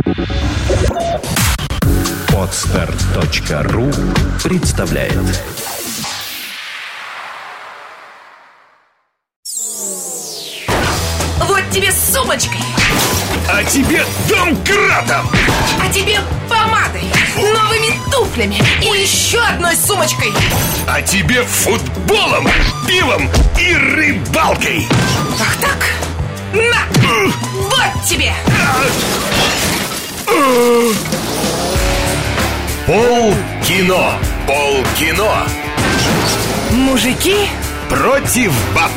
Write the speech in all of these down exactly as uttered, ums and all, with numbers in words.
Подстер точка ру представляет. Вот тебе с сумочкой. А тебе домкратом. А тебе помадой, новыми туфлями и еще одной сумочкой. А тебе футболом, пивом и рыбалкой. Ах так? На! Вот тебе! Полкино. Полкино. Мужики Против баб.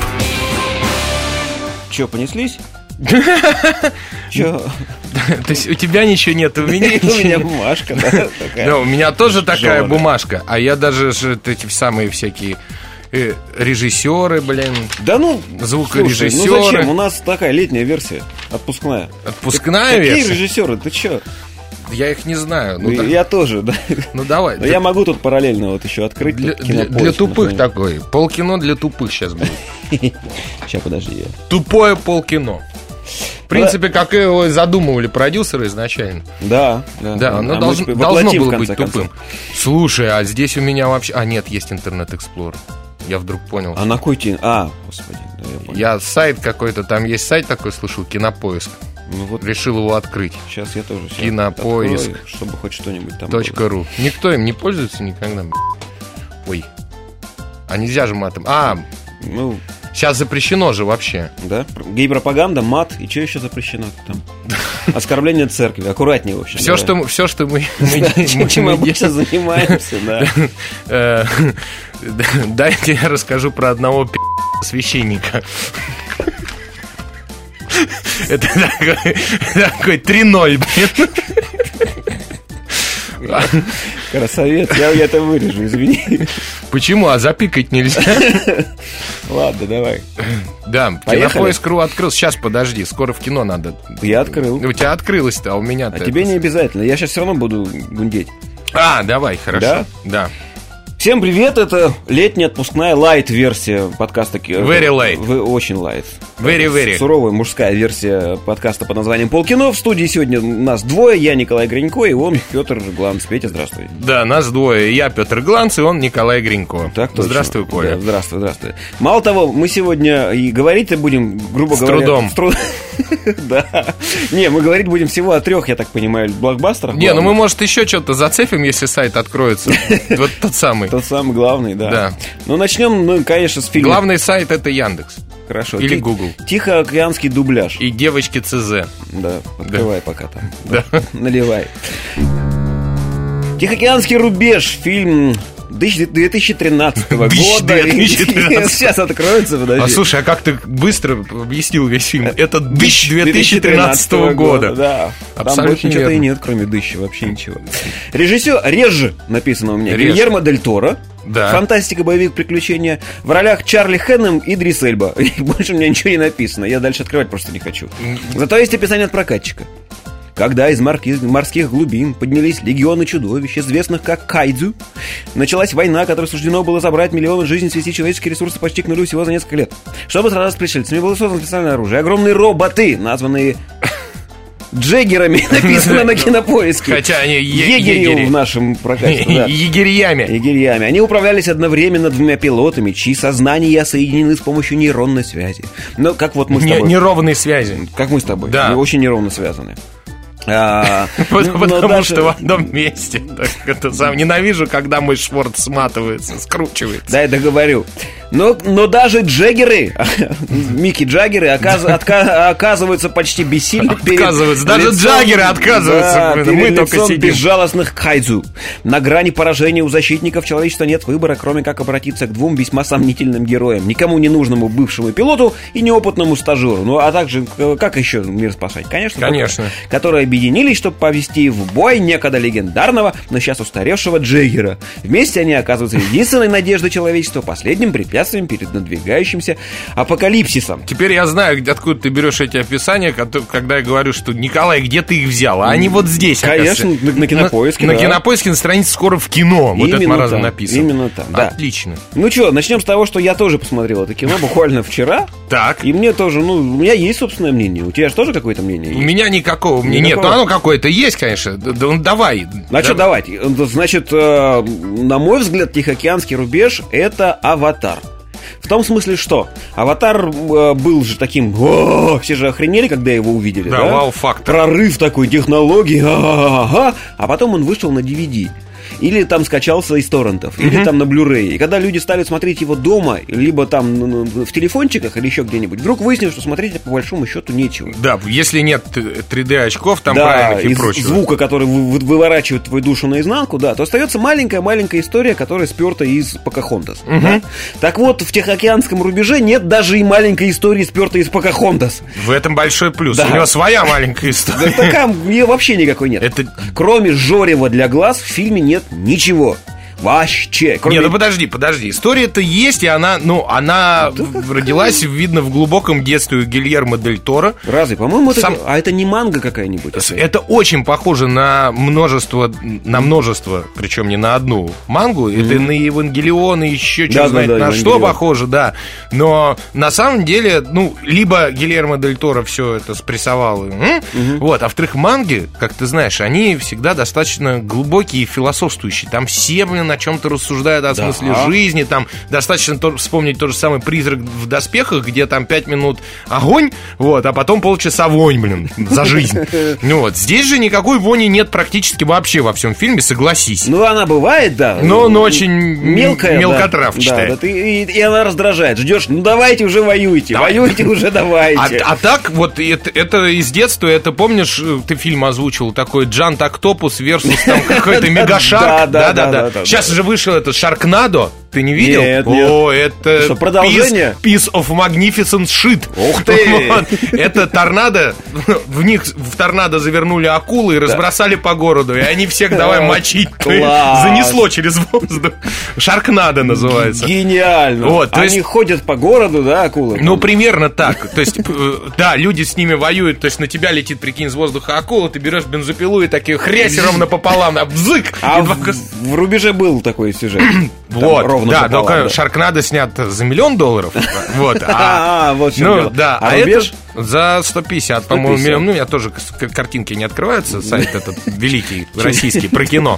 Че, понеслись? Че? То есть у тебя ничего нет, у меня У меня бумажка, да? Да, у меня тоже такая Тяжелая. бумажка. А я даже ж эти самые всякие э, режиссеры, блин. Да ну, Звукорежиссеры. слушай, ну зачем? У нас такая летняя версия, отпускная. Отпускная Какие версия? режиссеры? Ты че? Я их не знаю. Ну, да- Я тоже, да. ну давай. Но я могу тут параллельно вот еще открыть. Для, тут для- Кинопоиск, для тупых например. такой. Полкино для тупых сейчас будет. Сейчас, подожди. я. Тупое полкино. В принципе, как его и задумывали продюсеры изначально. Да, Да, оно А мы должно, теперь должно воплотим, было в быть конце тупым. концов. Слушай, а здесь у меня вообще... А, нет, есть интернет-эксплорер. Я вдруг понял. А на кой тебе... А, господи, да, я понял. Я сайт какой-то, там есть сайт такой, слышал, Кинопоиск. Ну вот Решил его открыть. сейчас я тоже себя Кинопоиск. открою, чтобы хоть что-нибудь там Точка ру. Никто им не пользуется никогда. Ой. А нельзя же матом. А, было. Ну, сейчас запрещено же вообще. да. Гей-пропаганда, мат. И что еще запрещено там? Оскорбление церкви. Аккуратнее, в общем. Все, что, мы- все, что мы, мы, Да, мы- чем, чем мы мы обычно делаем. занимаемся, да. Э, Дайте я расскажу про одного пи*** священника. Это такой, такой три ноль, блин. Красавец. Я, я это вырежу, извини. Почему? А запикать нельзя? Ладно, давай. Да, Поехали? Кинопоиск.ру открыл. Сейчас, подожди, скоро в кино надо. Я открыл. У тебя открылось-то, а у меня-то... А тебе не обязательно. Я сейчас все равно буду гундеть. А, давай, хорошо. Да? Да. Всем привет, это летняя отпускная лайт-версия подкаста. Very light. Вы очень лайт. Very, very. Суровая мужская версия подкаста под названием «Полкино». В студии сегодня нас двое. Я Николай Гринько и он Петр Гланц. Петя, здравствуй. Да, нас двое. Я Петр Гланц, и он Николай Гринько. Так точно. Здравствуй, Коля. Да, здравствуй, здравствуй. Мало того, мы сегодня и говорить-то будем, грубо С говоря... трудом. С трудом. Да. Не, мы говорить будем всего о трех, я так понимаю, блокбастерах. Не, ну мы, главных. может, еще что-то зацепим, если сайт откроется. Вот тот самый. Тот самый главный, да. Да. Ну, начнем, ну, конечно, с фильма. Главный сайт — это Яндекс. Хорошо. Или Ти- Google. Тихоокеанский дубляж. И девочки ЦЗ. Да, открывай пока там. Да. Наливай. Тихоокеанский рубеж. Фильм две тысячи тринадцатого года. две тысячи тринадцатого. Сейчас откроется, подожди. А слушай, а как ты быстро объяснил весь фильм? Это дыщ две две тысячи тринадцатого года. Да. Там Абсолютно больше ничего-то и верно. нет, кроме дыщи, вообще ничего. Режиссер Реж написано у меня. Реж. Гильермо Дель Торо. Да. Фантастика, боевик, приключения. В ролях Чарли Хэннем и Идрис Эльба. И больше у меня ничего не написано. Я дальше открывать просто не хочу. Зато есть описание от прокатчика. Когда из морки- морских глубин поднялись легионы чудовищ, известных как кайдзю, началась война, которой суждено было забрать миллионы жизней, свести человеческие ресурсы почти к нулю всего за несколько лет. Чтобы сражаться с пришельцами, было создано специальное оружие. Огромные роботы, названные джеггерами, написано на Кинопоиске. Хотя они е- Егерью егери. в нашем прокате. да. Егерями. Егерями. Они управлялись одновременно двумя пилотами, чьи сознания соединены с помощью нейронной связи. Ну, как вот мы с Не- тобой. Неровные связи. Как мы с тобой. Да. Мы очень неровно связаны. А, Потому но потому даже- что в одном месте. Так это сам ненавижу, когда мой шворт сматывается, скручивается. Да, я договорю. Но, но даже джеггеры, Микки Джаггеры, оказ- отка- оказываются почти бессильны перед Отказываются. Даже лицом- джаггеры отказываются. Да, Блин, перед мы только лицом сидим. безжалостных кайдзю. На грани поражения у защитников человечества нет выбора, кроме как обратиться к двум весьма сомнительным героям. Никому не нужному бывшему пилоту и неопытному стажеру. Ну, а также, э, как еще мир спасать? Конечно. Конечно. только- Которые объединились, чтобы повести в бой некогда легендарного, но сейчас устаревшего Джеггера. Вместе они оказываются единственной надеждой человечества, последним препятствием препятствием перед надвигающимся апокалипсисом. Теперь я знаю, где- откуда ты берешь эти описания, кото- когда я говорю, что Николай, где ты их взял? А они вот здесь, Конечно, оказывается. на- на Кинопоиске, На, да. на Кинопоиске на странице скоро в кино. Вот это Именно маразм там, написано. именно там, да. Отлично. Ну что, начнем с того, что я тоже посмотрел это кино буквально вчера. Так. И мне тоже, ну, у меня есть собственное мнение. У тебя же тоже какое-то мнение У есть? меня никакого, мне Никакого? нет. Ну, оно какое-то есть, конечно. Да, да, ну, давай. Ну, что, давайте. Значит, э, на мой взгляд, Тихоокеанский рубеж — это «Аватар». В том смысле, что «Аватар» э, был же таким... «О!» Все же охренели, когда его увидели, Да, да? вау-фактор. Прорыв такой технологий, ага, а потом он вышел на ди ви ди. Или там скачался из торрентов, или Мгм. там на Blu-ray. И когда люди стали смотреть его дома, либо там ну, ну, в телефончиках, или еще где-нибудь, вдруг выяснилось, что смотреть по большому счету нечего. Да, если нет три дэ очков там Да, правильных и из прочего. звука, который вы- вы- выворачивает твою душу наизнанку, да, то остается маленькая-маленькая история, которая сперта из Покахонтас. Да? Так вот, в Тихоокеанском рубеже нет даже и маленькой истории, спертой из Покахонтас. В этом большой плюс. Да. У него своя маленькая Да, история. такая ее вообще никакой нет. Это... Кроме жорева для глаз в фильме нет ничего. Вообще. Кроме... Не, ну подожди, подожди. История-то есть, и она, ну, она в- родилась, видно, в глубоком детстве у Гильермо дель Торо. Разве? По-моему, это... Сам- А это не манга какая-нибудь? С- Это очень похоже на множество, на множество, причем не на одну мангу. Это на Евангелион и еще Да, что да, знает да, на что Евангелион. похоже, да. Но на самом деле, ну, либо Гильермо дель Торо все это спрессовал, м? Вот, а во-вторых, манги, как ты знаешь, они всегда достаточно глубокие и философствующие. Там все, блин, о чем-то рассуждают о Да. смысле жизни. Там достаточно то- вспомнить тот же самый «Призрак в доспехах», где там пять минут огонь, вот, а потом полчаса вонь, блин, за жизнь. Ну вот, здесь же никакой вони нет практически вообще во всем фильме, согласись. Ну, она бывает, да. Но он очень мелкая, мелкотравчатая. Да, да, ты- и, и она раздражает. Ждешь, ну давайте уже воюйте, Давай. воюйте уже, А, давайте. а так, вот это, это из детства, это помнишь, ты фильм озвучил такой Джант Октопус versus там какой-то Мегашарк. Да, да, да, да, да. Сейчас же вышел этот Шаркнадо. Ты не видел? Нет, О, это Что, продолжение? Piece, piece of magnificent shit. Ух ты! Вот. Это торнадо. В них в торнадо завернули акулы и разбросали по городу. И они всех давай мочить. Класс! Занесло через воздух. Шаркнадо называется. Гениально. Вот, то Они есть- ходят по городу, да, акулы? Ну, примерно так. То есть, э, да, люди с ними воюют. То есть, на тебя летит, прикинь, с воздуха акула, ты берешь бензопилу и такие хрясь ровно пополам, а бзык! А и два- в, в рубеже был такой сюжет. Там Вот, ровно да, пополам, только да. Шаркнадо снят за миллион долларов. Вот, а, А, вот в чем ну, дело. да, А а, рубеж? это за сто пятьдесят, по-моему, сто пятьдесят. миллион. Ну, я тоже, к- картинки не открываются, сайт этот великий, российский, про кино.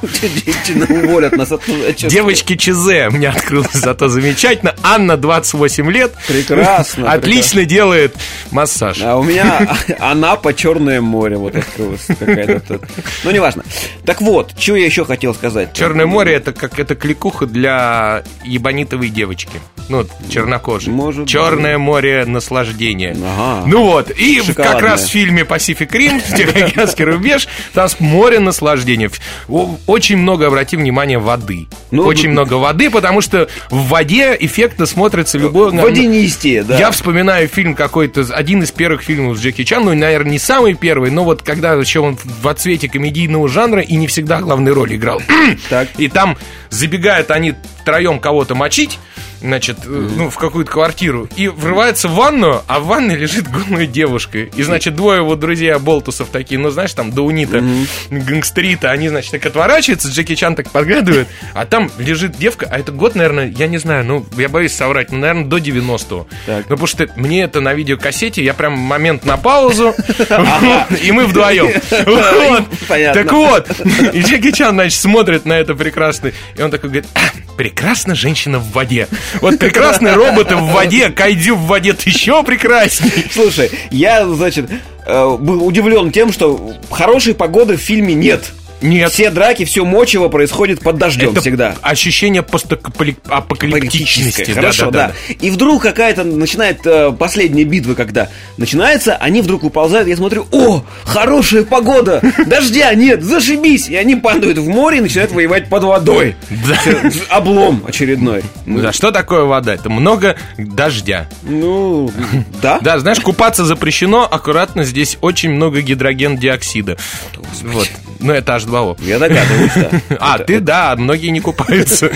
Уволят нас оттуда. честно. Девочки ЧЗ мне открылось зато замечательно. Анна, двадцать восемь лет. Прекрасно. Отлично делает массаж. А у меня Анапа, Черное море вот открылась какая-то тут. Ну, неважно. Так вот, что я еще хотел сказать. Черное море это как это кликуха для ебанитовой девочки. Ну, вот, чернокожей. Может Черное море наслаждения. Ага. Ну вот, и в- как Шоколадное. раз в фильме Pacific Rim, Тихоокеанский рубеж, там с- море наслаждения. О- Очень много, обрати внимание, воды. Ну, Очень ну, много воды, потому что в воде эффектно смотрится любой... Водянистее, да. Я вспоминаю фильм какой-то, один из первых фильмов с Джеки Чан, ну, наверное, не самый первый, но вот когда еще он в отцвете комедийного жанра и не всегда главную роль играл. Так. И там забегают они втроем кого-то мочить, значит, э, ну, в какую-то квартиру, и врывается в ванну, а в ванной лежит голая девушка. И, значит, двое его друзей болтусов такие, ну, знаешь, там, даунита, гангстерита, они, значит, так отворачиваются, Джеки Чан так подглядывает, а там лежит девка, а это год, наверное, я не знаю, ну, я боюсь соврать, ну, наверное, до девяностого. Так. Ну, потому что мне это на видеокассете, я прям момент на паузу, и мы вдвоем. Вот. Понятно. Так вот, и Джеки Чан, значит, смотрит на это прекрасно, и он такой говорит: «А, прекрасна женщина в воде. Вот прекрасные роботы в воде, кайдзю в воде, ты еще прекрасней». Слушай, я, значит, э, был удивлен тем, что хорошей погоды в фильме нет. Нет. Все драки, все мочево происходит под дождем Это всегда. ощущение постапокалиптичности. Хорошо, да, И вдруг какая-то начинает э, последняя битва, когда начинается, они вдруг выползают, я смотрю, о, хорошая погода, дождя нет, зашибись, и они падают в море и начинают воевать под водой. Да. Облом очередной. Да, что такое вода? Это много дождя. Ну, да. Да, знаешь, купаться запрещено, аккуратно, здесь очень много гидрогендиоксида. Вот. Ну, это эйч два о. Я догадываюсь, да. А, ты, да, многие не купаются.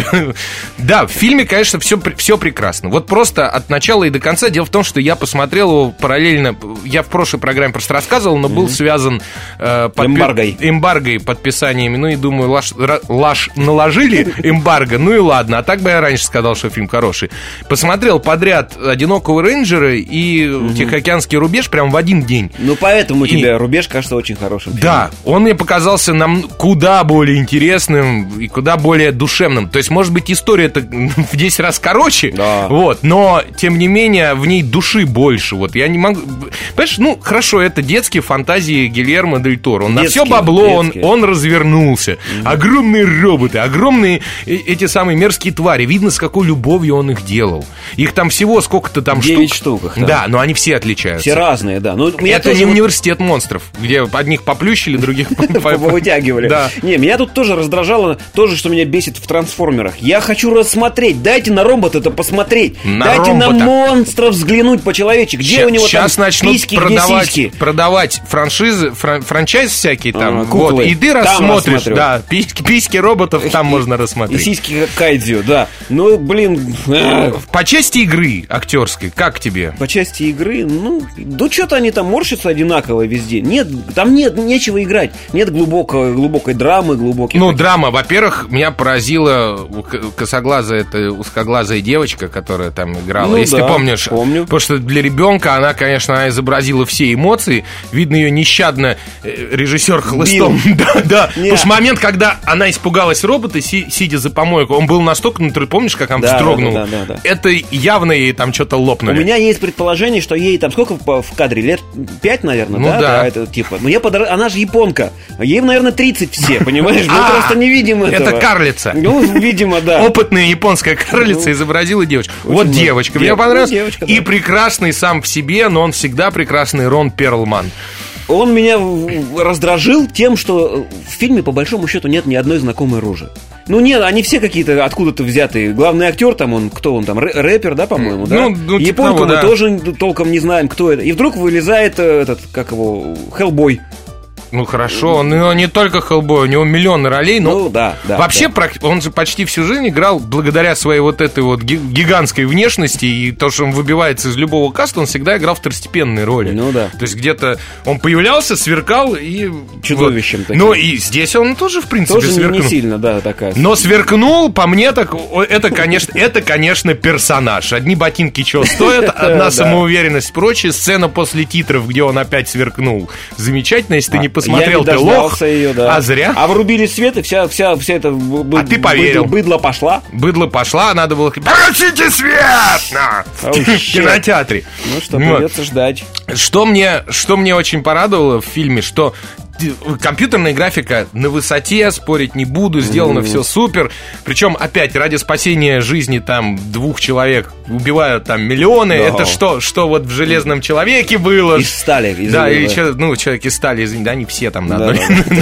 Да, в фильме, конечно, все, все прекрасно. Вот просто от начала и до конца. Дело в том, что я посмотрел его параллельно. Я в прошлой программе просто рассказывал, но был связан эмбаргой. Эмбаргой, подписаниями. Ну и думаю, лаж наложили эмбарго. Ну и ладно. А так бы я раньше сказал, что фильм хороший. Посмотрел подряд «Одинокого рейнджера» и «Тихоокеанский рубеж» прям в один день. Ну поэтому тебе «Рубеж» кажется очень хорошим фильмом. Да, он мне показался нам куда более интересным и куда более душевным. То есть, может быть, история-то в десять раз короче, да. Вот, но, тем не менее, в ней души больше. Вот, я не могу... Понимаешь, ну, хорошо, это детские фантазии Гильермо дель Торо. Он детские, на все бабло он, он развернулся. Mm-hmm. Огромные роботы, огромные эти самые мерзкие твари. Видно, с какой любовью он их делал. Их там всего сколько-то там штук. Девять штук. Да. да, но они все отличаются. Все разные, да. Ну, это не университет монстров, где одних поплющили, других вытягивали. Да. Не, меня тут тоже раздражало, тоже, что меня бесит в «Трансформерах». Я хочу рассмотреть, дайте на робота-то посмотреть. На дайте робота. На монстров взглянуть по-человечески. Где Ща, у него сейчас там начнут письки, продавать, где сиськи? продавать франшизы, фран, франчайз всякие там. А, вот, и ты рассмотришь, да, письки, письки роботов там можно рассмотреть. И сиськи как кайдзю, да. Ну, блин. По части игры актерской, как тебе? По части игры, ну, да что-то они там морщатся одинаково везде. Нет, там нет, нечего играть. Нет глубокой, глубокой драмы, глубоких... Ну, драма, во-первых, меня поразила косоглазая, это узкоглазая девочка, которая там играла. Ну, если да, ты помнишь. Помню. Потому что для ребенка она, конечно, она изобразила все эмоции. Видно, ее нещадно режиссер хлыстом. Да, да. Потому что момент, когда она испугалась робота, си- сидя за помойку, он был настолько, ну, ты помнишь, как она да, вздрогнула? Да, да, да, да. Это явно ей там что-то лопнули. У меня есть предположение, что ей там сколько в кадре? Лет пять, наверное, ну, да? да. да это, типа. Ну, я подор... Она же японка. Ей, наверное, тридцать все, понимаешь? Мы просто не видим этого. Это карлица. Ну, видимо, да. Опытная японская карлица изобразила девочку. Вот девочка. Мне понравилось. И прекрасный сам в себе, но он всегда прекрасный Рон Перлман. Он меня раздражил тем, что в фильме, по большому счету, нет ни одной знакомой рожи. Ну нет, они все какие-то откуда-то взятые. Главный актер там, он, кто он там, рэпер, да, по-моему, да? Ну, ну Японку того, мы да. тоже толком не знаем, кто это. И вдруг вылезает этот, как его, Хеллбой. Ну хорошо, он, он не только Хеллбой, у него миллионы ролей, но ну, да, да, вообще да. он же почти всю жизнь играл благодаря своей вот этой вот гигантской внешности и то, что он выбивается из любого каста, он всегда играл второстепенные роли. Ну да. То есть где-то он появлялся, сверкал и... Чудовищем вот. таким. Но и здесь он тоже, в принципе, тоже сверкнул. не сильно, да, такая. Но сверкнул, по мне, так это, конечно, это, конечно, персонаж. Одни ботинки чего стоят, одна самоуверенность, прочее. Сцена после титров, где он опять сверкнул. Замечательно, если ты не посмотрел, ты лох. Ее, да. А зря. А врубили свет, и вся, вся, вся эта бы, а ты поверил. Быдло, быдло пошла. Быдло пошла, надо было... Погасите свет! На! Oh, в кинотеатре. Ну что, придется вот. ждать. Что мне, что мне очень порадовало в фильме, что компьютерная графика на высоте, спорить не буду, сделано mm-hmm. все супер. Причем, опять, ради спасения жизни там двух человек убивают там миллионы. No. Это что, что вот в «Железном человеке» было. Из стали. Из да, или че, ну, человек из стали, извини, да, не все там на одной.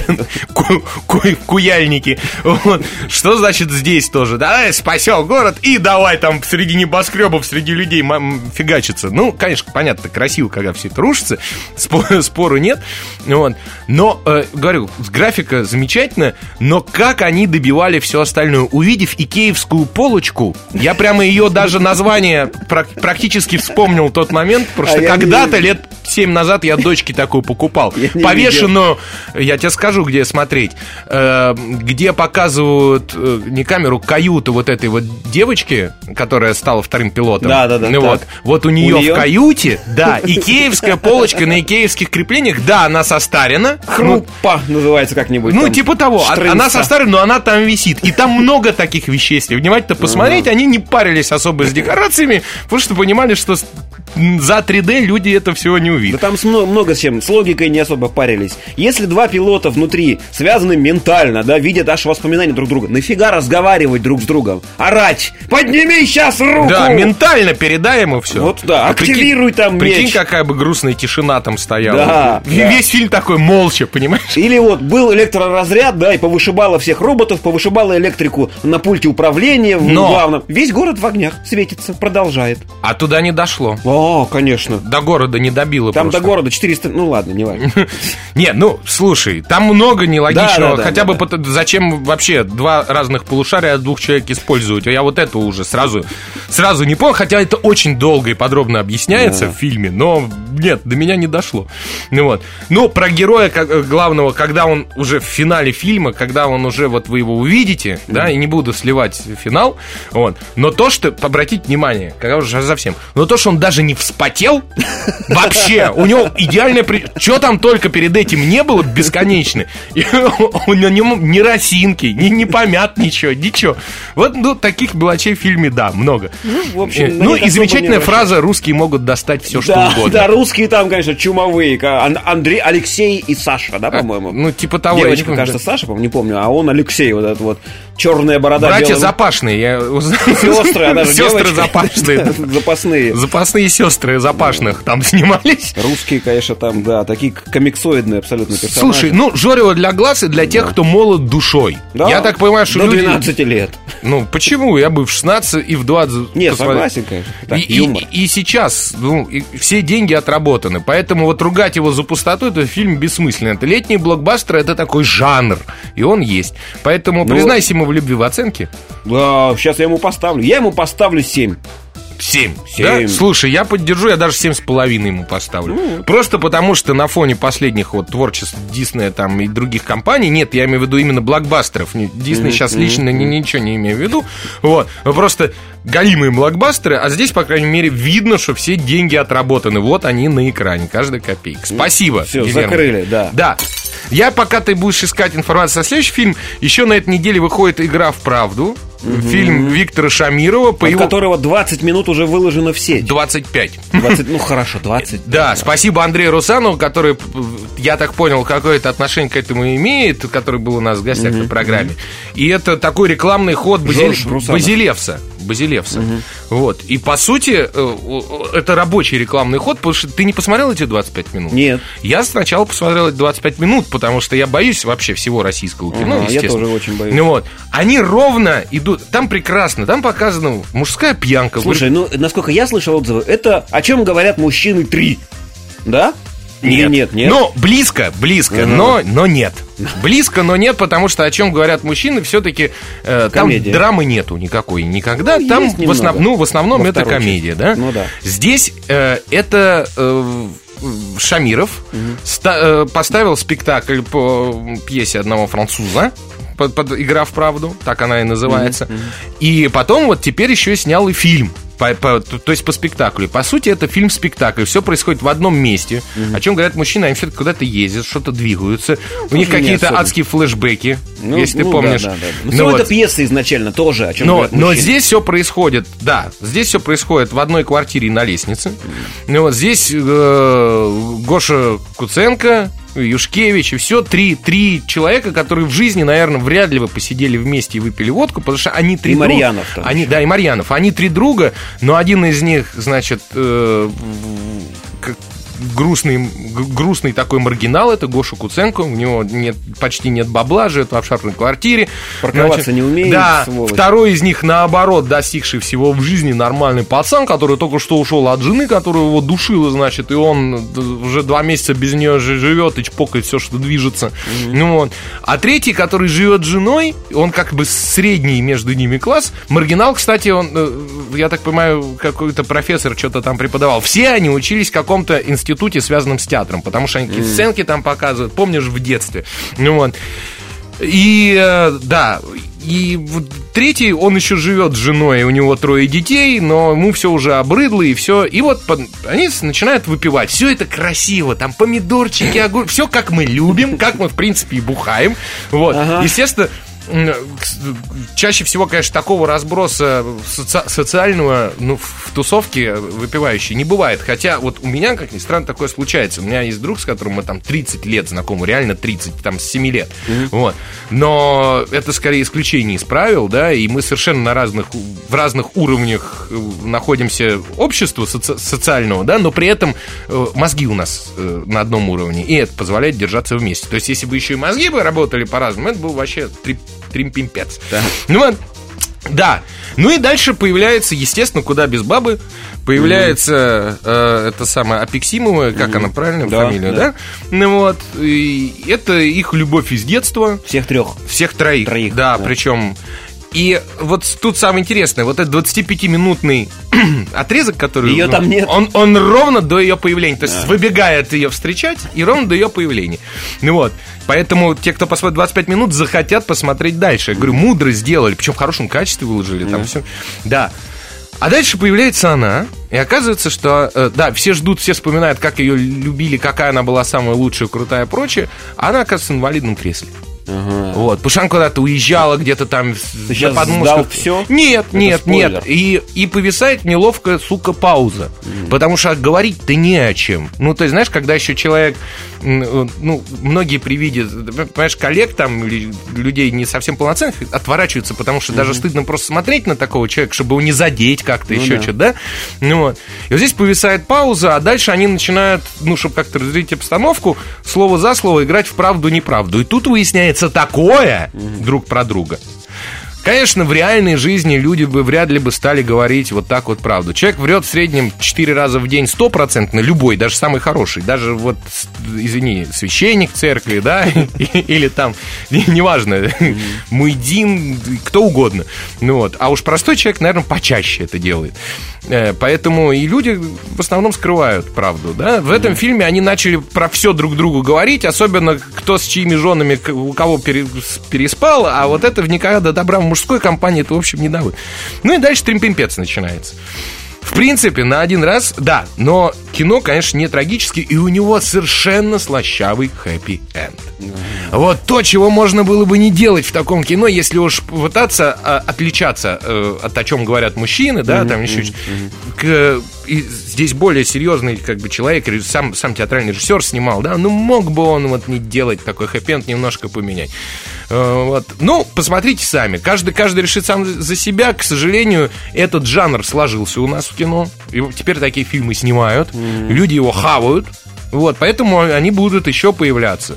Куяльники. Что значит здесь тоже? Давай спасем город и давай там среди небоскребов, среди людей фигачиться. Ну, конечно, понятно, красиво, когда все это рушится. Спору нет. Вот. Но Но, э, говорю, графика замечательная, но как они добивали все остальное? Увидев икеевскую полочку, я прямо ее даже название практически вспомнил тот момент, потому что а когда-то, не... лет семь назад я дочке такую покупал. Я повешенную, я тебе скажу, где смотреть, э, где показывают э, не камеру, каюту вот этой вот девочки, которая стала вторым пилотом. Да, да, да. Ну, вот, вот у нее у в каюте, да, икеевская полочка на икеевских креплениях, да, она состарена. Хруппа ну, называется как-нибудь. Ну, там, типа того. штрынца. Она состарена, но она там висит. И там много таких вещей. Если внимательно посмотреть, uh-huh. они не парились особо с декорациями, потому что понимали, что за три дэ люди это всего не увидят. Да там много, много с чем. С логикой не особо парились. Если два пилота внутри связаны ментально, да, видят аж воспоминания друг друга, нафига разговаривать друг с другом? Орать! Подними сейчас руку! Да, ментально передай ему все. Вот да, а активируй прикинь, там меч. Прикинь, какая бы грустная тишина там стояла. Да, весь да. фильм такой молча, понимаешь? Или вот был электроразряд, да, и повышибало всех роботов, повышибало электрику на пульте управления в Но... главном. Весь город в огнях светится, продолжает. А туда не дошло. О, О, конечно. До города не добило Там просто. до города четыреста... Ну ладно, не важно. Не, ну, слушай, там много нелогичного. Да, да, да, хотя да, бы да. пот- зачем вообще два разных полушария от двух человек использовать? Я вот этого уже сразу, сразу не понял. Хотя это очень долго и подробно объясняется Да. в фильме, но нет, до меня не дошло. Ну вот. Но про героя как- главного, когда он уже в финале фильма, когда он уже, вот вы его увидите, да, и не буду сливать финал, вот. Но то, что, обратите внимание, когда уже совсем, но то, что он даже не вспотел, вообще, у него идеальное... Что там только перед этим не было бесконечно. И у него ни росинки, ни, ни помят, ничего, ничего. Вот, ну, таких мелочей в фильме, да, много. Ну, в общем, на Ну, них и особо замечательная не фраза: русские могут достать все, что Да, угодно. да, русские там, конечно, чумовые. Ка- Ан- Андрей, Алексей и Саша, да, по-моему? Ну, типа того. я не Девочка, помню, кажется, да. Саша, по-моему, не помню, а он Алексей, вот этот вот черная борода. Братья белым- Запашные, я узнал. Сестры, она же Сестры девочка. Запашные. Запасные. Запасные сестры Запашных там снимались. Русские, конечно, там, да, такие комиксоидные абсолютно персонажи. Слушай, ну, Жорево для глаз и для тех, кто молод душой. Да, Я так понимаю, что до люди... двенадцати лет. Ну, почему? Я бы в шестнадцать и в двадцать... Нет, посмотрел. согласен, конечно. Так, И, и- юмор. и сейчас, ну, и все деньги отработаны. Поэтому вот ругать его за пустоту, это фильм бессмысленно. Это летний блокбастер, это такой жанр. И он есть. Поэтому Ну, признайся ему в любви в оценке. Да, сейчас я ему поставлю. Я ему поставлю семь. Семь. Семь. Да? Слушай, я поддержу, я даже семь с половиной ему поставлю. Ну, Просто потому, что на фоне последних вот творчеств Диснея там и других компаний, нет, я имею в виду именно блокбастеров. Не- Дисней сейчас лично ни- ничего не имею в виду. Вот. Но просто галимые блокбастеры, а здесь, по крайней мере, видно, что все деньги отработаны. Вот они на экране, каждая копейка. Спасибо. Все, Елена. закрыли, да. Да. Я, пока ты будешь искать информацию о следующем фильме, еще на этой неделе выходит «Игра в правду». Фильм Виктора Шамирова. По От его... которого двадцать минут уже выложено в сеть. двадцать пять. двадцать, ну хорошо, двадцать. Да, спасибо Андрею Русанову, который, я так понял, какое-то отношение к этому имеет, который был у нас в гостях на программе. И это такой рекламный ход Базиль- Жорж Русанов. Базилевса. Базилевса. Вот. И по сути, э, это рабочий рекламный ход, потому что ты не посмотрел эти двадцать пять минут? Нет. Я сначала посмотрел эти двадцать пять минут, потому что я боюсь вообще всего российского кино, Ага, я естественно. тоже очень боюсь. Ну вот. Они ровно идут. Там прекрасно, там показана мужская пьянка. Слушай, ну, насколько я слышал отзывы, это о чем говорят мужчины три. Да? Или Нет, нет, нет. Ну, близко, близко, Ага. но, но нет. Близко, но нет, потому что о чем говорят мужчины, все-таки э, там Комедия. драмы нету никакой никогда. Ну, там есть в, основ- немного. ну, в основном Во это второй комедия, части. да? Ну да. Здесь э, это э, Шамиров ста- э, поставил спектакль по пьесе одного француза. Под, под «Игра в правду», так она и называется. И потом вот теперь еще снял и фильм. По, по- то есть по спектаклю. По сути, это фильм-спектакль. Все происходит в одном месте. О чем говорят мужчины, они все-таки куда-то ездят, что-то двигаются. У них тоже не какие-то особо. адские флешбеки, Ну, если ты ну, помнишь. Да, да, да. Ну Ну, вот. это пьеса изначально тоже, о чем Но, говорят но мужчины. здесь все происходит, да, здесь все происходит в одной квартире на лестнице. Ну вот здесь э, Гоша Куценко, Юшкевич и все, три, три человека, которые в жизни, наверное, вряд ли бы посидели вместе и выпили водку, потому что они три И друга. Марьянов там Они, еще. да, и Марьянов. Они три друга, но один из них, значит, э, как грустный, г- грустный такой маргинал, это Гоша Куценко, у него нет, почти нет бабла, живет в обшарпанной квартире. Парковаться не умеет, Да, сволочь. второй из них, наоборот, достигший всего в жизни нормальный пацан, который только что ушел от жены, которая его душила, значит, и он уже два месяца без нее жи- живет и чпокает все, что движется. Ну, вот. А третий, который живет с женой, он как бы средний между ними класс. Маргинал, кстати, он, э, я так понимаю, какой-то профессор что-то там преподавал. Все они учились в каком-то институте, связанном с театром, потому что они какие-то сценки там показывают, помнишь, в детстве. Ну, вот. И, э, да, и вот третий, он еще живет с женой, у него трое детей, но ему все уже обрыдло, и все. И вот под- они с- начинают выпивать. Все это красиво, там помидорчики, огурцы, все как мы любим, как мы, в принципе, и бухаем. Вот, Ага. естественно, м, чаще всего, конечно, такого разброса соци- социального, ну, в тусовке выпивающей не бывает. Хотя вот у меня, как ни странно, такое случается. У меня есть друг, с которым мы там тридцать лет знакомы, реально тридцать, там, с семи лет. Вот. Но это скорее исключение из правил, да, и мы совершенно на разных, в разных уровнях э, находимся общества соци- социального, да, но при этом э, мозги у нас э, на одном уровне, и это позволяет держаться вместе. То есть, если бы еще и мозги бы работали по-разному, это был вообще три- тримпимпец. Да. Ну вот. Да. Ну и дальше появляется, естественно, куда без бабы, появляется mm-hmm. э, это самое Апексимова, как mm-hmm. она правильно, да, фамилия, да? да? Ну вот, и это их любовь из детства. Всех трех. Всех троих, троих да, да, причем... И вот тут самое интересное, вот этот двадцатипятиминутный отрезок, который... Ее ну, там нет. Он, он ровно до ее появления, то есть да. выбегает ее встречать и ровно до ее появления. Ну вот, поэтому те, кто посмотрит двадцать пять минут, захотят посмотреть дальше. Я говорю, мудро сделали, причем в хорошем качестве выложили, там да. все. Да. А дальше появляется она, и оказывается, что, э, да, все ждут, все вспоминают, как ее любили, какая она была самая лучшая, крутая, прочее, а она, оказывается, в инвалидном кресле. Ага. Вот, потому что она куда-то уезжала, где-то там Ты сейчас сдал все? Нет, Это нет, спойлер. нет. И, и повисает неловкая, сука, пауза. Mm. Потому что говорить-то не о чем. Ну, то есть, знаешь, когда еще человек, ну, многие при виде, понимаешь, коллег там, или людей не совсем полноценных, отворачиваются, потому что mm-hmm. даже стыдно просто смотреть на такого человека, чтобы его не задеть как-то, ну, еще да. что-то, да? Ну, вот. И вот здесь повисает пауза, а дальше они начинают, ну, чтобы как-то разделить обстановку, слово за слово играть в правду-неправду. И тут выясняется такое mm-hmm. друг про друга. Конечно, в реальной жизни люди бы вряд ли бы стали говорить вот так вот правду. Человек врет в среднем четыре раза в день стопроцентно, любой, даже самый хороший. Даже вот, извини, священник церкви, да, или там, неважно, муэдзин, кто угодно. Ну вот. А уж простой человек, наверное, почаще это делает. Поэтому и люди в основном скрывают правду, да. В этом фильме они начали про все друг другу говорить, особенно кто с чьими женами, у кого переспал, а вот это никогда до добра в мужской компании это, в общем, не дают. Ну и дальше тримпимпец начинается. В принципе, на один раз, да, но кино, конечно, не трагическое, и у него совершенно слащавый хэппи-энд. Mm-hmm. Вот то, чего можно было бы не делать в таком кино, если уж пытаться а, отличаться а, от о чем говорят мужчины, да, mm-hmm. там еще mm-hmm. к, и здесь более серьезный как бы человек, сам, сам театральный режиссер снимал, да, ну мог бы он вот не делать такой хэппи-энд, немножко поменять. Вот. Ну, посмотрите сами. Каждый, каждый решит сам за себя. К сожалению, этот жанр сложился у нас в кино. И теперь такие фильмы снимают. Mm-hmm. Люди его хавают. Вот, поэтому они будут еще появляться.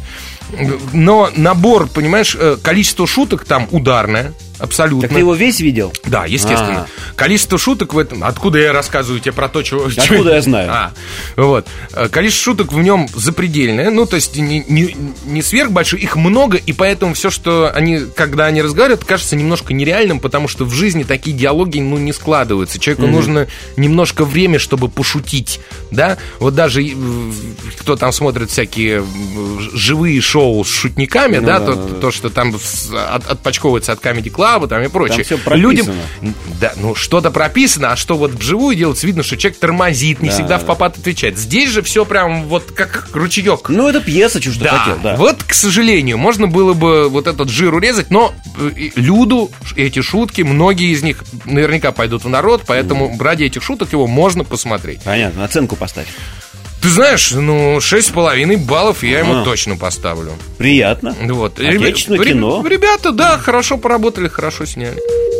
Но набор, понимаешь, количество шуток там ударное. Абсолютно. Так ты его весь видел? Да, естественно. А-а-а. Количество шуток в этом... Откуда я рассказываю тебе про то, чего... Откуда чего... я знаю? А, вот. Количество шуток в нем запредельное. Ну, то есть не, не, не сверхбольшое. Их много, и поэтому все, что они... Когда они разговаривают, кажется немножко нереальным, потому что в жизни такие диалоги, ну, не складываются. Человеку mm-hmm. нужно немножко время, чтобы пошутить. Да? Вот даже кто там смотрит всякие живые шоу с шутниками, ну, да, да, то, да, то, что там от, отпочковывается от Comedy Club, там и прочее. Там все прописано. Людям, да, ну что-то прописано, а что вот вживую делать, видно, что человек тормозит, не да, всегда да. в попад отвечает. Здесь же все прям вот как ручеек. Ну, это пьеса, что да. хотел, да. Вот, к сожалению, можно было бы вот этот жир урезать, но Люду эти шутки, многие из них наверняка пойдут в народ, поэтому mm. ради этих шуток его можно посмотреть. Понятно, оценку поставь. Ты знаешь, ну, шесть с половиной баллов я ему а. точно поставлю. Приятно. Вот. Отечественное Реб... кино. Ребята, да, хорошо поработали, хорошо сняли.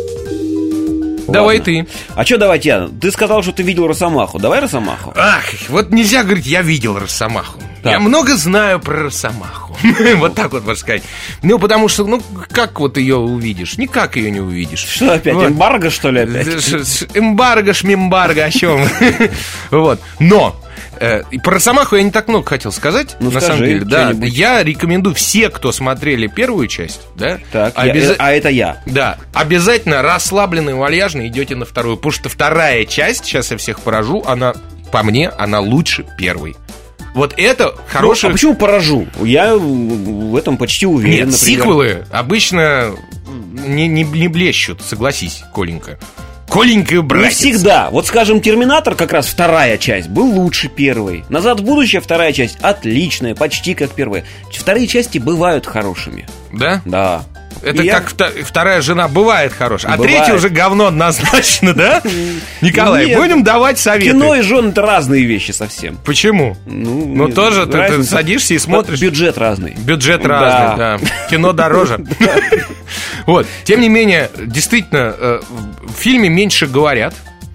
Ладно. Давай ты. А что давать я? Ты сказал, что ты видел Росомаху. Давай Росомаху. Ах, вот нельзя говорить, я видел Росомаху. Так. Я много знаю про Росомаху. Вот так вот можно сказать. Ну, потому что, ну, как вот ее увидишь? Никак ее не увидишь. Что опять, вот. Эмбарго, что ли, опять? Эмбарго, шмембарго, о чем? Вот. Но Э, и про Росомаху я не так много хотел сказать. Ну, на скажи, самом деле, да. что-нибудь. Я рекомендую все, кто смотрели первую часть, да. Так, обяз... я, а это я. Да, обязательно расслабленно и вальяжно идете на вторую. Потому что вторая часть, сейчас я всех поражу, она, по мне, она лучше первой. Вот это хорошее... Ну, а почему поражу? Я в этом почти уверен. Нет, например. Сиквелы обычно не, не, не блещут, согласись, Коленька. Коленька, братец. Не всегда. Вот, скажем, «Терминатор», как раз вторая часть, был лучше первой. «Назад в будущее», вторая часть, отличная, почти как первая. Вторые части бывают хорошими. Да? Да. Это И как я... вторая жена бывает хорошая. А бывает. Третья уже говно однозначно, да? Николай, Нет, будем давать советы. Кино и жены — это разные вещи совсем. Почему? Ну, ну тоже ты, ты садишься и смотришь. Бюджет разный. Бюджет разный, да. Кино дороже. Вот. Тем не менее, действительно, в фильме меньше говорят.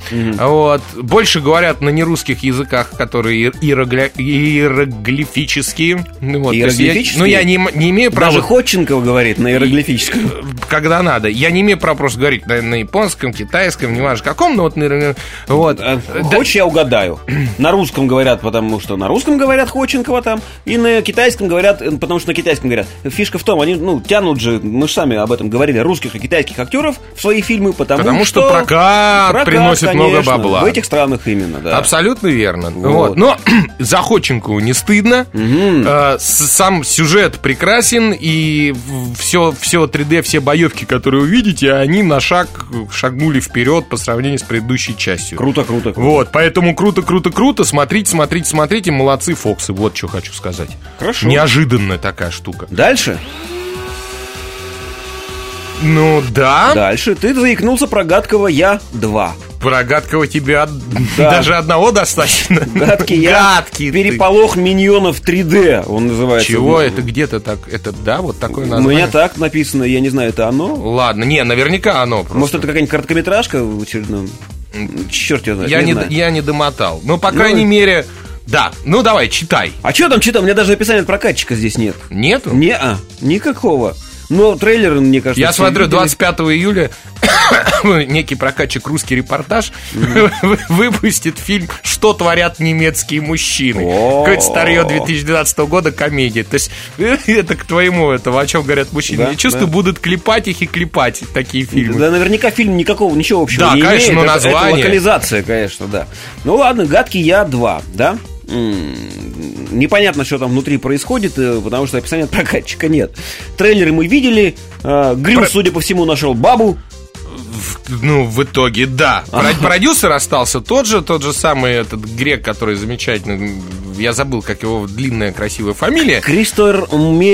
Mm-hmm. Вот. Больше говорят на нерусских языках, которые иерогля... иероглифические. Вот. Иероглифические? Я... Ну, я не, не имею права... Даже Ходченков говорит на иероглифическом. Когда надо. Я не имею права просто говорить на, на японском, китайском, неважно каком, но вот... вот. А, хочешь, я угадаю? На русском говорят, потому что на русском говорят Ходченкова там, и на китайском говорят, потому что на китайском говорят. Фишка в том, они, ну, тянут же, мы же сами об этом говорили, русских и китайских актеров в свои фильмы, потому, потому что, что прокат, прокат приносит конечно, много бабла. В этих странах именно, да. Абсолютно верно. Вот. Вот. Но за Ходченкову не стыдно. Угу. А, сам сюжет прекрасен, и все, все три дэ, все боевки, которые увидите, они на шаг шагнули вперед по сравнению с предыдущей частью. Круто, круто, круто. Вот, поэтому круто, круто, круто. Смотрите, смотрите, смотрите. Молодцы, Фоксы. Вот что хочу сказать. Хорошо. Неожиданная такая штука. Дальше? Ну да. Дальше. Ты заикнулся про гадкого Я два. Про гадкого тебя да. даже одного достаточно. Гадкий Я. Гадкий Переполох ты. Миньонов три дэ, он называется. Чего? Это где-то так? Это да, вот такое название? У меня так написано, я не знаю, это оно? Ладно, не, наверняка оно. Просто. Может, это какая-нибудь короткометражка в очередном? Черт его знает. Я не, не, я не домотал. Ну, по крайней ну, мере... Да, ну давай, читай. А что там читал? У меня даже описания от прокатчика здесь нет. Нету? Не-а, никакого. Но трейлеры, мне кажется... Я смотрю, двадцать пятого июля некий прокатчик «Русский репортаж» mm-hmm. выпустит фильм «Что творят немецкие мужчины». Oh. Какое-то старье две тысячи двенадцатого года, комедия. То есть это к твоему этого, о чем говорят мужчины. Да, я чувствую, да. будут клепать их и клепать такие фильмы. Да, наверняка фильм никакого, ничего общего да, не конечно, имеет. Да, конечно, но название. Это локализация, конечно, да. Ну ладно, «Гадкий Я два», да? М-м- непонятно, что там внутри происходит, потому что описания от прокатчика нет. Трейлеры мы видели. Грю, Про... судя по всему, нашел бабу. Ну, в итоге, да. А-ха. Продюсер остался тот же, тот же самый этот грек, который замечательный. Я забыл, как его длинная красивая фамилия. Кристофер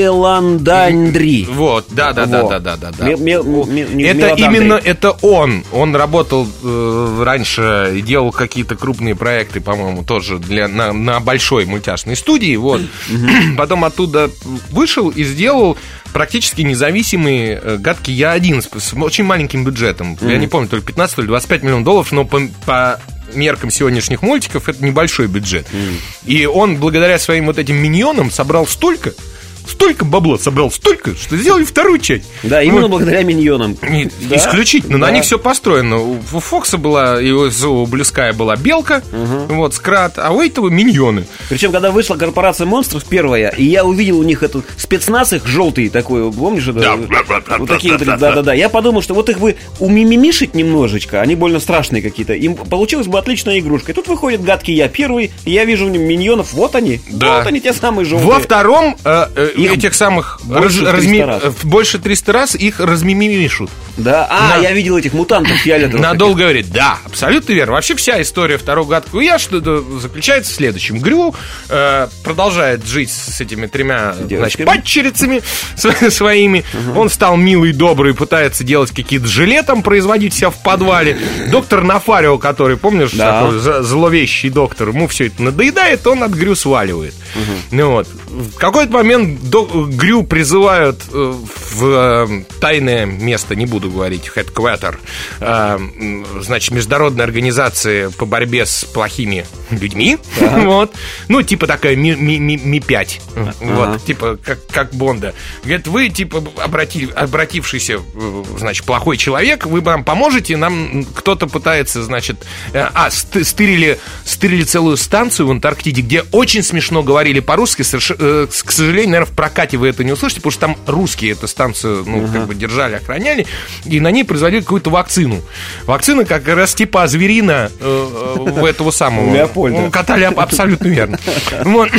Меландандри. Вот, да, да, да, да, да, да, да. Мел, мел, мел, это именно это он. Он работал э, раньше и делал какие-то крупные проекты, по-моему, тоже для на, на большой мультяшной студии. Вот. Потом оттуда вышел и сделал практически независимый э, «Гадкий Я один» с, с очень маленьким бюджетом. Mm. Я не помню, то ли пятнадцать, то ли двадцать пять миллионов долларов, но по, по меркам сегодняшних мультиков это небольшой бюджет. Mm. И он, благодаря своим вот этим миньонам, собрал столько, столько бабла собрал, столько, что сделали вторую часть. Да, именно вот. Благодаря миньонам. И, да? Исключительно, да. На них все построено. У Фокса была, и у Блюская была белка, угу. вот, скрат, а у этого миньоны. Причем, когда вышла «Корпорация монстров» первая, и я увидел у них этот спецназ их желтый такой, помнишь? Да. Вот такие вот, да-да-да. Я подумал, что вот их бы умимимишить немножечко, они больно страшные какие-то, им получилась бы отличная игрушка. И тут выходит «Гадкий Я первый», и я вижу в нем миньонов, вот они, да. вот они, те самые желтые. Во втором... Э, э, Их этих самых больше, раз, разми... раз. больше триста раз их размимимишут. Да, а, на... я видел этих мутантов фиолетовых. Надолго говорит, да, абсолютно верно. Вообще вся история второго «Гадкого Я» что заключается в следующем. Грю э, продолжает жить с этими тремя, значит, падчерицами своими. Угу. Он стал милый, добрый, пытается делать какие-то желе там, производить себя в подвале. Доктор Нафарио, который, помнишь, да. такой зловещий доктор, ему все это надоедает, он от Грю сваливает. Угу. Ну вот. В какой-то момент Грю призывают э, в э, тайное место, не буду говорить, headquarter, э, значит, международной организации по борьбе с плохими людьми. Да. Вот. Ну, типа такая Ми, Ми, Ми, Ми пять. Ага. Вот, типа, как, как Бонда. Говорит, вы, типа, обрати, обратившийся, значит, плохой человек, вы нам поможете, нам кто-то пытается, значит... Э, а, стырили, стырили целую станцию в Антарктиде, где очень смешно говорили по-русски, соверш... э, к сожалению, наверное, в прокате вы это не услышите, потому что там русские эту станцию, ну, uh-huh. как бы держали, охраняли, и на ней производили какую-то вакцину. Вакцина как раз типа зверина э, э, этого самого. Леопольда. Кота Леопольда, абсолютно верно. Вот.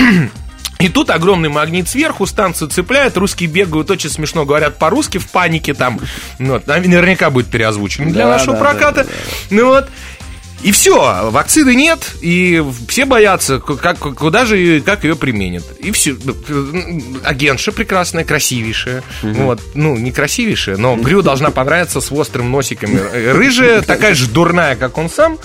И тут огромный магнит сверху, станцию цепляет, русские бегают, очень смешно говорят по-русски, в панике там. Вот. Наверняка будет переозвучено для да, нашего да, проката. Да, да, да. Ну вот. И все, вакцины нет, и все боятся, как, куда же, как ее применят. И все. Агентша прекрасная, красивейшая. Угу. Вот. Ну, не красивейшая, но Грю должна понравиться с острым носиком. Рыжая, такая же дурная, как он сам.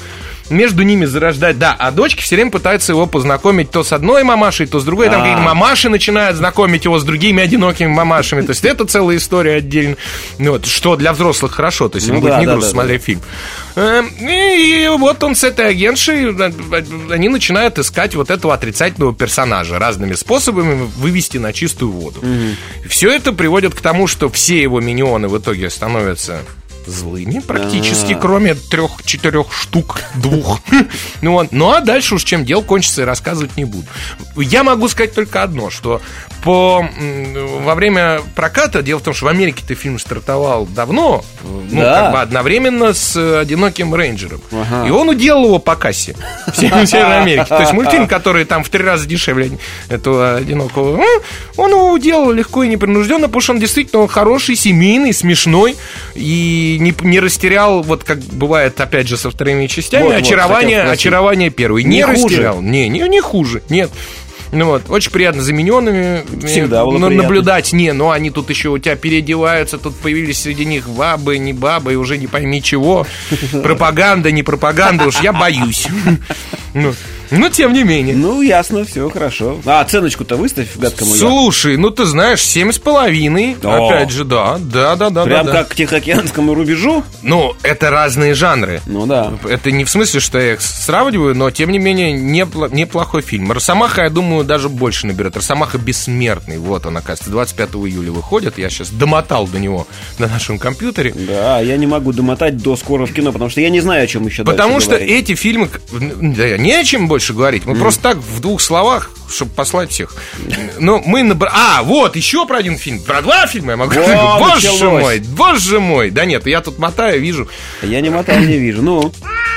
между ними зарождать, да, а дочки все время пытаются его познакомить то с одной мамашей, то с другой, там какие-то мамаши начинают знакомить его с другими одинокими мамашами, то есть это целая история отдельно, ну, вот, что для взрослых хорошо, то есть им Ну будет да, не да, грустно да, смотреть фильм. Эм, И, и вот он с этой агентшей, они начинают искать вот этого отрицательного персонажа, разными способами вывести на чистую воду. Все это приводит к тому, что все его миньоны в итоге становятся злыми практически, А-а-а. кроме трех-четырех штук, двух. Ну, вот. Ну а дальше уж чем дело кончится, и рассказывать не буду. Я могу сказать только одно, что по, во время проката, дело в том, что в Америке-то фильм стартовал давно, ну, Да. как бы одновременно с «Одиноким рейнджером». Ага. И он уделал его по кассе в Северной Америке. То есть мультфильм, который там в три раза дешевле этого «Одинокого», он его уделал легко и непринужденно, потому что он действительно хороший, семейный, смешной и не, не растерял, вот как бывает, опять же, со вторыми частями, Вот, вот, очарование, хотел спросить. очарование первой. Не, Не хуже? растерял. Не, не, не хуже. Нет. Ну вот, очень приятно за миньонами Всегда было ну, приятно. наблюдать. Не, ну они тут еще у тебя переодеваются, тут появились среди них бабы, не бабы, и уже не пойми чего. Пропаганда, не пропаганда, уж я боюсь. Ну, но тем не менее. Ну, ясно, все хорошо. А, оценочку-то выставь гадкому я. Слушай, ну ты знаешь, семь с половиной. О. Опять же, да, да, да, да. Прям да, да. как к Тихоокеанскому рубежу? Ну, это разные жанры. Ну да. Это не в смысле, что я их сравниваю, но тем не менее непло- неплохой фильм. Росомаха, я думаю, даже больше наберет. Росомаха бессмертный. Вот он, оказывается, двадцать пятого июля выходит. Я сейчас домотал до него на нашем компьютере. Да, я не могу домотать до скоро в кино, потому что я не знаю, о чем еще Потому дальше что говорить. эти фильмы, да, не о чем больше говорить. Мы mm. просто так в двух словах, чтобы послать всех. Но мы набрали. А, вот еще про один фильм. Про два фильма я могу Во, сказать. Боже началось. мой, боже мой. Да нет, я тут мотаю, вижу. Я не мотаю, не вижу. Ну,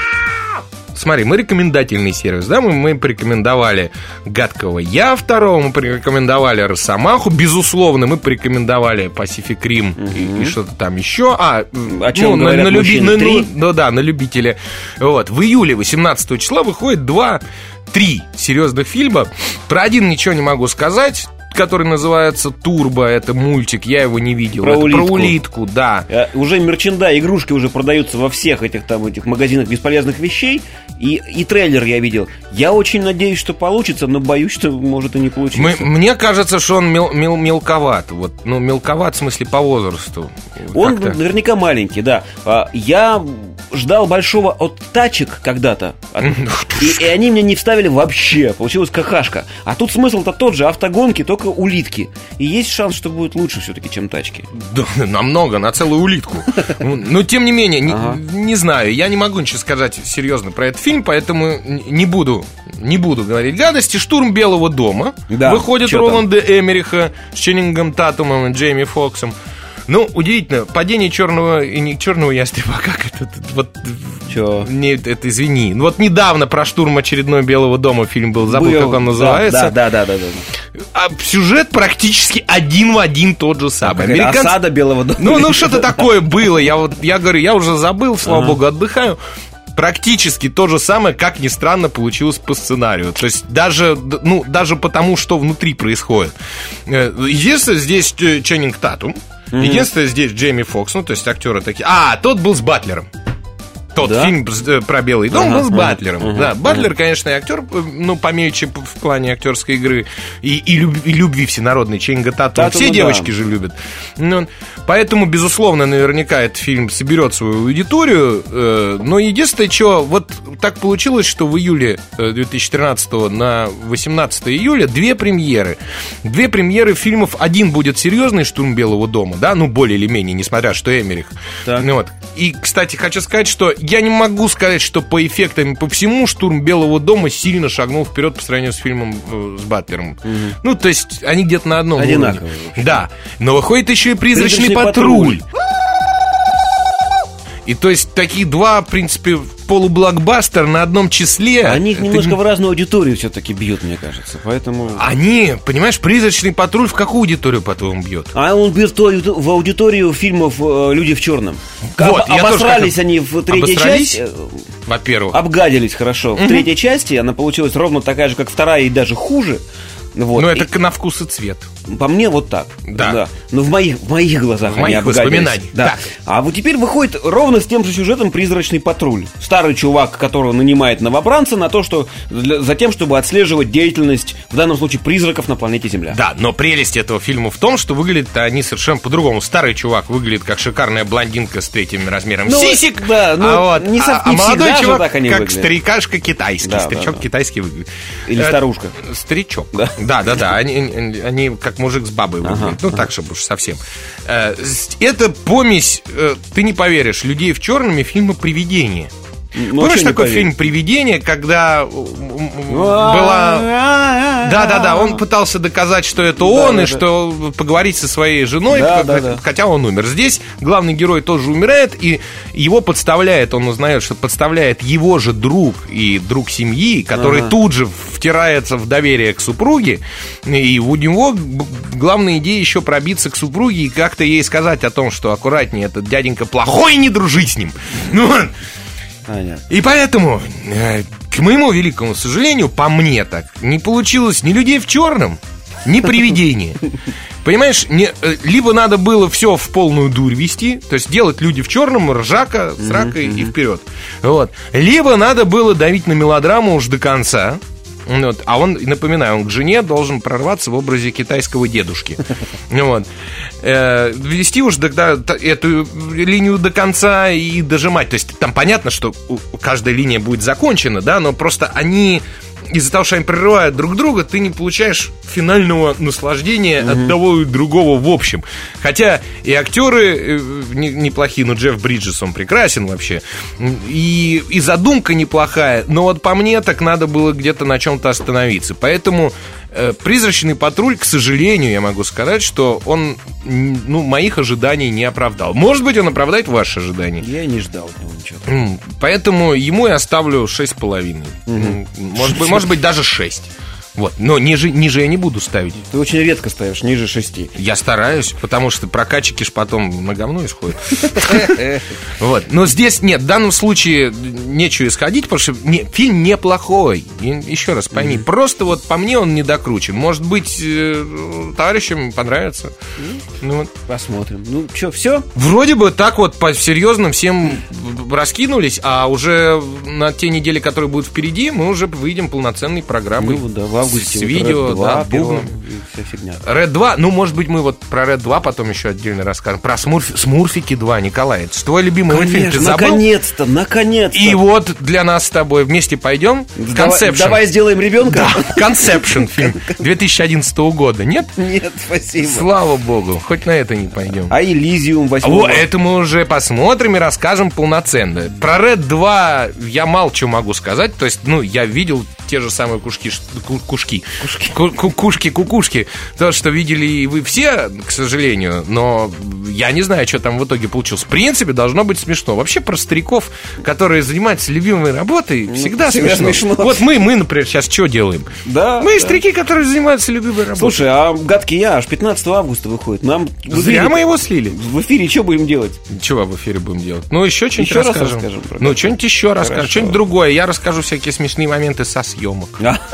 Смотри, мы рекомендательный сервис, да, мы, мы порекомендовали «Гадкого я» второго, мы порекомендовали «Росомаху», безусловно, мы порекомендовали «Pacific Rim» и, и что-то там еще. А, О чем ну, говорят на, на, люби, мужчины, на- три? ну, ну да, на любителя. Вот, в июле восемнадцатого числа выходит два, три серьезных фильма. Про один ничего не могу сказать, который называется «Турбо», это мультик, я его не видел. Про это улитку. про улитку, да. э, уже мерчендай, игрушки уже продаются во всех этих там этих магазинах бесполезных вещей. И, и трейлер я видел. Я очень надеюсь, что получится, но боюсь, что может и не получиться. Мы- мне кажется, что он мел- мел- мелковат. Вот, ну, мелковат в смысле по возрасту. Он Как-то. наверняка маленький, да. А, Я ждал большого от тачек когда-то. От- И, и они мне не вставили вообще. Получилась какашка. А тут смысл-то тот же, автогонки, только улитки. И есть шанс, что будет лучше все-таки, чем тачки. Да, намного, на целую улитку. Но, тем не менее, не, Ага. не знаю, я не могу ничего сказать серьезно про этот фильм, поэтому н- не буду, не буду говорить гадости. «Штурм Белого дома». Да, Выходит чё там? Роланда Эмериха с Ченнингом Татумом и Джейми Фоксом. Ну, удивительно, падение черного и не черного ястреба, как это? Вот, Чё? не, это извини. Ну, вот недавно про штурм очередной Белого дома фильм был, забыл, Был, как он да, называется. Да, да, да, да, да. А сюжет практически один в один тот же самый. Какая-то Американцы- осада Белого дома. Ну, ну что-то такое было. Я вот, я говорю, я уже забыл, слава Ага. богу, отдыхаю. Практически то же самое, как ни странно, получилось по сценарию. То есть даже, д- ну, даже потому, что внутри происходит. Э, Единственное, здесь э, Ченнинг Татум. Единственное, здесь Джейми Фокс. Ну, то есть актеры такие. А, тот был с Батлером. Тот Да? фильм с- э, про Белый дом Ага, был с ага, Батлером. ага, Да, ага. Батлер, конечно, и актер, э, ну, помельче п- в плане актерской игры и, и, люб- и любви всенародной Ченнинга Татума. Татума, Все да. девочки же любят. Ну, поэтому, безусловно, наверняка этот фильм соберет свою аудиторию. э, Но единственное, что вот так получилось, что в июле э, две тысячи тринадцатого на восемнадцатое июля две премьеры. Две премьеры фильмов. Один будет серьезный «Штурм Белого дома», да, ну, более или менее, несмотря, что Эмерих. Так. Ну, вот. И, кстати, хочу сказать, что я не могу сказать, что по эффектам и по всему «Штурм Белого дома» сильно шагнул вперед по сравнению с фильмом э, с Батлером. Ну, то есть, они где-то на одном Одинаковые, уровне. в общем. Да. Но выходит еще и «Призрачный, «Призрачный патруль». И то есть такие два, в принципе, полублокбастер на одном числе. Они их Это немножко не- в разную аудиторию все-таки бьют, мне кажется. Поэтому... Они, понимаешь, «Призрачный патруль» в какую аудиторию, по-твоему, бьет? А он бьет в ту ауди- в аудиторию фильмов э, «Люди в черном». Вот, Об- я тоже обосрались хотел- они в третьей Обосрались? части. э, Во-первых. Обгадились хорошо. В третьей части она получилась ровно такая же, как вторая, и даже хуже. Вот. Ну, это И- на вкус и цвет. По мне вот так. Да. Но в моих, в моих глазах В они моих обгадились. воспоминаниях. Да. Так. А вот теперь выходит ровно с тем же сюжетом «Призрачный патруль». Старый чувак, которого нанимает новобранца на то, что для- за тем, чтобы отслеживать деятельность, в данном случае, призраков на планете Земля. Да, но прелесть этого фильма в том, что выглядят они совершенно по-другому. Старый чувак выглядит как шикарная блондинка с третьим размером Ну, сисек, да, ну, а, вот, не со- а, а не молодой всегда же чувак так они как выглядят. старикашка китайский. Да, Старичок да, да. китайский выглядит. Или Э, старушка. Старичок. Да. Да, да, да. Они, они, они как мужик с бабой выглядят. Ну, так, чтобы уж совсем. Э, с- Это помесь, э, ты не поверишь, людей в черном и фильма «Привидение». Ну, Помнишь чё не такой поверить? фильм «Привидение», когда м, м, была... Да-да-да, он пытался доказать, что это он, да, и да. что поговорить со своей женой, Да, х- да, да. хотя он умер. Здесь главный герой тоже умирает, и его подставляет, он узнает, что подставляет его же друг и друг семьи, который Ага. тут же втирается в доверие к супруге, и у него г- главная идея еще пробиться к супруге и как-то ей сказать о том, что аккуратнее, этот дяденька плохой, не дружи с ним. Ну, Понятно. и поэтому, э, к моему великому сожалению, по мне так, не получилось ни людей в черном, ни привидения. Понимаешь, не, э, либо надо было все в полную дурь вести, то есть делать люди в черном, ржака, срака и вперед. Вот. Либо надо было давить на мелодраму уж до конца. Вот. А он, напоминаю, он к жене должен прорваться в образе китайского дедушки. Вот. Э, Вести уж тогда т- эту линию до конца и дожимать. То есть там понятно, что у- у каждая линия будет закончена, да, но просто они... Из-за того, что они прерывают друг друга, ты не получаешь финального наслаждения от того и другого в общем. Хотя и актеры э, не- неплохие, но Джефф Бриджес, он прекрасен вообще. И, и задумка неплохая, но вот по мне так надо было где-то на чем-то остановиться. Поэтому э, «Призрачный патруль», к сожалению, я могу сказать, что он м, ну, моих ожиданий не оправдал. Может быть, он оправдает ваши ожидания. Я не ждал от него ничего. М, Поэтому ему я ставлю шесть с половиной. М, Может быть, может быть, даже шесть. Вот. Но ниже, ниже я не буду ставить. Ты очень редко ставишь ниже шести. Я стараюсь, потому что прокатчики ж потом на говно исходят. Вот. Но здесь нет, в данном случае нечего исходить, потому что не- фильм неплохой. И еще раз пойми, просто вот по мне он не докручен. Может быть, э, товарищам понравится. Ну, вот. Посмотрим. Ну, что, все? Вроде бы так вот по серьезным всем раскинулись, а уже на те недели, которые будут впереди, мы уже выйдем полноценной программой. Ну, да, в августе. С вот видео, Red два, да, первым, бубном. и вся фигня. Ред два, ну, может быть, мы вот про Ред два потом еще отдельно расскажем. Про Смурфи, Смурфики два, Николай. Это ж твой любимый мультфильм, ты Конечно, забыл? наконец-то, наконец-то. И вот для нас с тобой вместе пойдем. Давай, Conception. давай сделаем ребенка. Да, Conception фильм две тысячи одиннадцатого года. Нет? Нет, спасибо. Слава богу, хоть на это не пойдем. А Элизиум восьмого. Во, это мы уже посмотрим и расскажем полноценно. Про Ред два я мало чего могу сказать. То есть, ну, я видел те же самые кушки, ш- ку- кушки, Ку- ку- кушки, кукушки. То, что видели и вы все, к сожалению. Но я не знаю, что там в итоге получилось. В принципе, должно быть смешно. Вообще про стариков, которые занимаются любимой работой, всегда, всегда смешно. смешно. Вот мы, мы, например, сейчас что делаем? Да, Мы да. старики, которые занимаются любимой работой. Слушай, а «Гадкий я» аж пятнадцатого августа выходит. Нам в Зря эфире- мы его слили. В эфире что будем делать? Чего в эфире будем делать? Ну, еще что-нибудь Еще раз расскажем. расскажем про ну, это. что-нибудь еще расскажем. Хорошо. Что-нибудь другое. Я расскажу всякие смешные моменты со съемок.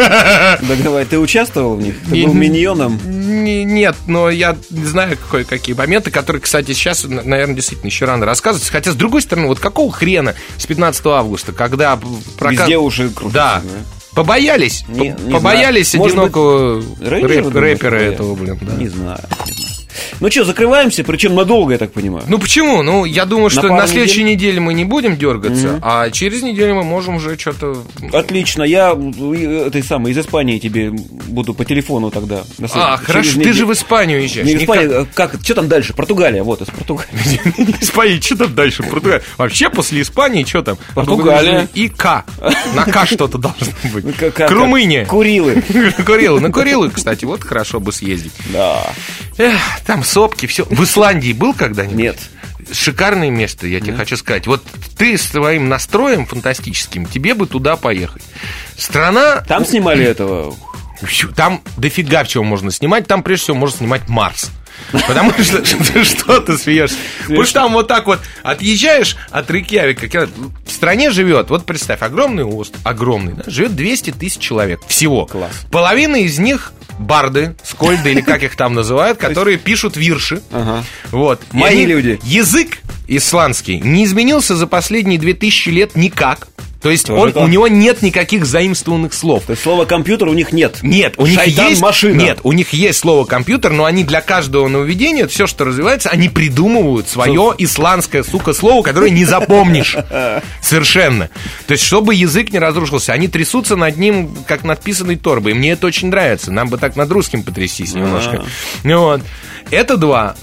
Да давай, ты участвовал в них? Ты Не- был миньоном? Не- Нет, но я знаю кое-какие моменты, которые, кстати, сейчас, н- наверное, действительно еще рано рассказывать. Хотя, с другой стороны, вот какого хрена с пятнадцатого августа, когда прокат... Везде уши крутятся. Да. Побоялись? Не- П- не Побоялись знаю. Может одинокого Рейнджера, рэп- думаешь, рэпера боялись? этого, блин. Да. Не знаю, не знаю. Ну что, закрываемся, причем надолго, я так понимаю. Ну почему? Ну, я думаю, что пару на следующей неделе мы не будем дергаться, а через неделю мы можем уже что-то... Отлично, я э, этой самой из Испании тебе буду по телефону тогда. на след- А, через хорошо, ты неделю. же в Испанию езжаешь. Не в Никак- Испании, а как, что там дальше? Португалия, вот, из Португалии. Не Испания, что там дальше? Португалия. Вообще после Испании что там? Португалия. И К. На К что-то должно быть. Как- как- К Румынии. Курилы. Курилы. На Курилы, кстати, вот хорошо бы съездить. Да. Эх, там сопки, все. В Исландии был когда-нибудь? Нет. Шикарное место, я тебе хочу сказать. Вот ты с своим настроем фантастическим, тебе бы туда поехать. Страна... Там снимали этого. Фью, там дофига чего можно снимать. Там, прежде всего, можно снимать Марс. Потому что что ты смеешься? Потому что там вот так вот отъезжаешь от Рейкьявика, стране живет, вот представь, огромный остров, огромный, да, живет двести тысяч человек всего. Класс. Половина из них барды, скольды или как их там называют, которые пишут вирши. Ага. Вот. Мои они, люди. Язык исландский не изменился за последние две тысячи лет никак. То есть он, так. у него нет никаких заимствованных слов. То есть слова компьютер у них нет. Нет, у них Шайтан, есть машина. Нет, у них есть слово компьютер, но они для каждого нововведения, все, что развивается, они придумывают свое исландское, сука, слово, которое не запомнишь. Совершенно. То есть, чтобы язык не разрушился, они трясутся над ним, как над писаной торбой. И мне это очень нравится. Нам бы так над русским потрястись немножко. Вот. Это два.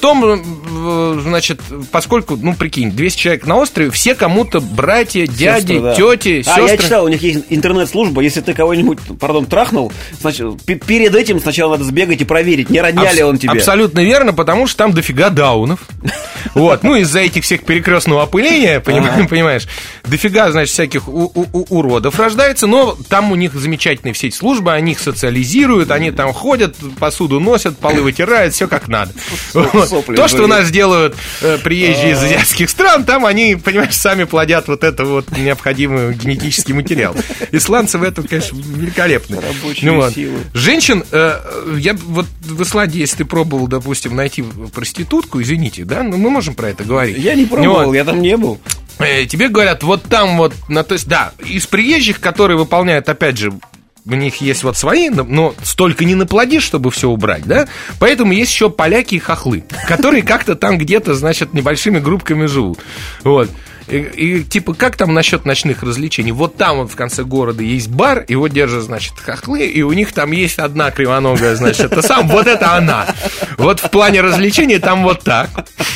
Потом, значит, поскольку, ну, прикинь, двести человек на острове, все кому-то братья, дяди, Сестры, да. тети, А, сестры. я читал, у них есть интернет-служба. Если ты кого-нибудь, пардон, трахнул, значит, п- перед этим сначала надо сбегать и проверить, не родня ли он тебе. Абсолютно верно, потому что там дофига даунов. Вот, ну, из-за этих всех перекрестного опыления, понимаешь, понимаешь, дофига, значит, всяких у- у- у- уродов рождается, но там у них замечательные все эти службы, они их социализируют, они там ходят, посуду носят, полы вытирают, все как надо. Вот. Сопли То, что у жуют. нас делают э, приезжие из азиатских стран, там они, понимаешь, сами плодят вот это вот необходимый генетический материал. Исландцы в этом, конечно, великолепны. Рабочие Ну вот. силы. Женщин, э, я вот в Исландии, если ты пробовал, допустим, найти проститутку, извините, да, ну мы можем про это говорить. Я не пробовал, Вот. я там не был. Э, Тебе говорят, вот там вот, на, то есть, да, из приезжих, которые выполняют, опять же, у них есть вот свои, но- но столько не наплодишь, чтобы все убрать, да? Поэтому есть еще поляки и хохлы, которые как-то там где-то, значит, небольшими группками живут. Вот. И, и, типа, как там насчет ночных развлечений? Вот там вот в конце города есть бар, его держат, значит, хохлы, и у них там есть одна кривоногая, значит, это сам, вот это она. Вот в плане развлечений там вот так.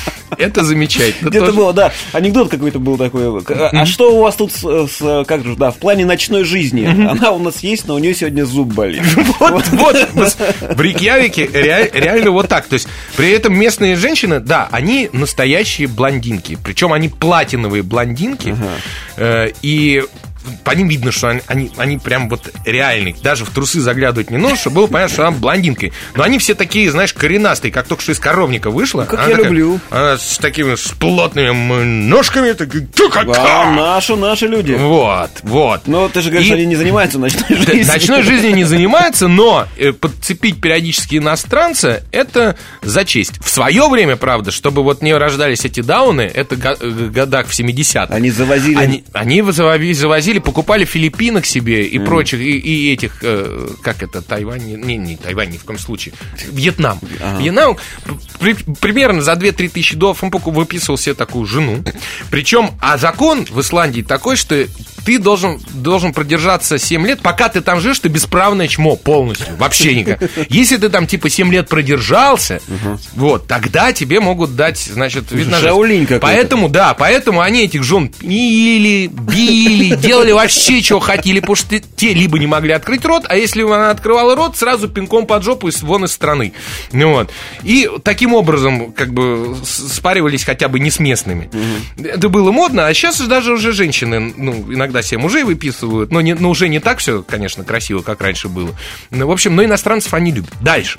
Это замечательно. Где-то Тоже- было, да, анекдот какой-то был такой. А, а что у вас тут с, с- как же, да, в плане ночной жизни? Она у нас есть, но у нее сегодня зуб болит. Вот, вот, в Рейкьявике ре- реально вот так. То есть, при этом местные женщины, да, они настоящие блондинки. Причем они платиновые блондинки. Э, И по ним видно, что они, они, они прям вот реальные. Даже в трусы заглядывать не нужно, чтобы было понятно, что она блондинкой. Но они все такие, знаешь, коренастые, как только что из коровника вышла. Как Она я такая- люблю. Она с такими с плотными м, ножками. Такие, А, наши, наши люди. вот, вот. Но ты же говоришь, И- они не занимаются ночной Да, жизнью. ночной жизнью не занимается, но э, подцепить периодически иностранца – это за честь. В свое время, правда, чтобы вот не рождались эти дауны, это го- э, годах в семидесятых. Они завозили. Они, они завози- завозили, покупали филиппинок себе и прочих, и, и этих, э, как это, Тайвань, не, не Тайвань ни в коем случае, Вьетнам. Вьетнам при- примерно за две-три тысячи долларов он поку- выписывал себе такую жену. Причем, а закон в Исландии такой, что ты должен, должен продержаться семь лет, пока ты там живешь, ты бесправное чмо полностью, вообще никак. Если ты там типа семь лет продержался, вот, тогда тебе могут дать, значит, вид на жительство. Шаолинь какой-то. Поэтому, да, поэтому они этих жен пили, били, делали вообще, что хотели, потому что те либо не могли открыть рот, а если она открывала рот, сразу пинком под жопу и вон из страны. Ну вот. И таким образом, как бы, с- спаривались хотя бы не с местными. Это было модно, а сейчас даже уже женщины, ну, иногда себе мужей выписывают, но, не, но уже не так все, конечно, красиво, как раньше было. Ну, в общем, но иностранцев они любят. Дальше.